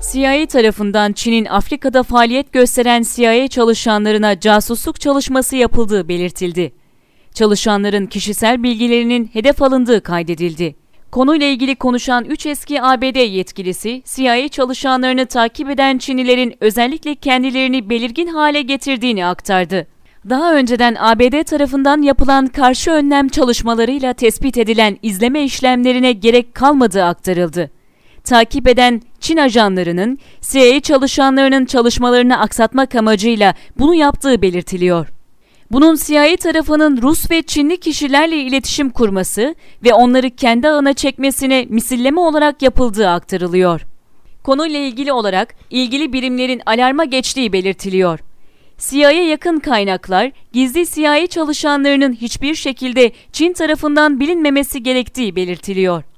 CIA tarafından Çin'in Afrika'da faaliyet gösteren CIA çalışanlarına casusluk çalışması yapıldığı belirtildi. Çalışanların kişisel bilgilerinin hedef alındığı kaydedildi. Konuyla ilgili konuşan 3 eski ABD yetkilisi, CIA çalışanlarını takip eden Çinlilerin özellikle kendilerini belirgin hale getirdiğini aktardı. Daha önceden ABD tarafından yapılan karşı önlem çalışmalarıyla tespit edilen izleme işlemlerine gerek kalmadığı aktarıldı. Takip eden Çin ajanlarının CIA çalışanlarının çalışmalarını aksatmak amacıyla bunu yaptığı belirtiliyor. Bunun CIA tarafının Rus ve Çinli kişilerle iletişim kurması ve onları kendi ağına çekmesine misilleme olarak yapıldığı aktarılıyor. Konuyla ilgili olarak ilgili birimlerin alarma geçtiği belirtiliyor. CIA'ya yakın kaynaklar, gizli CIA çalışanlarının hiçbir şekilde Çin tarafından bilinmemesi gerektiği belirtiliyor.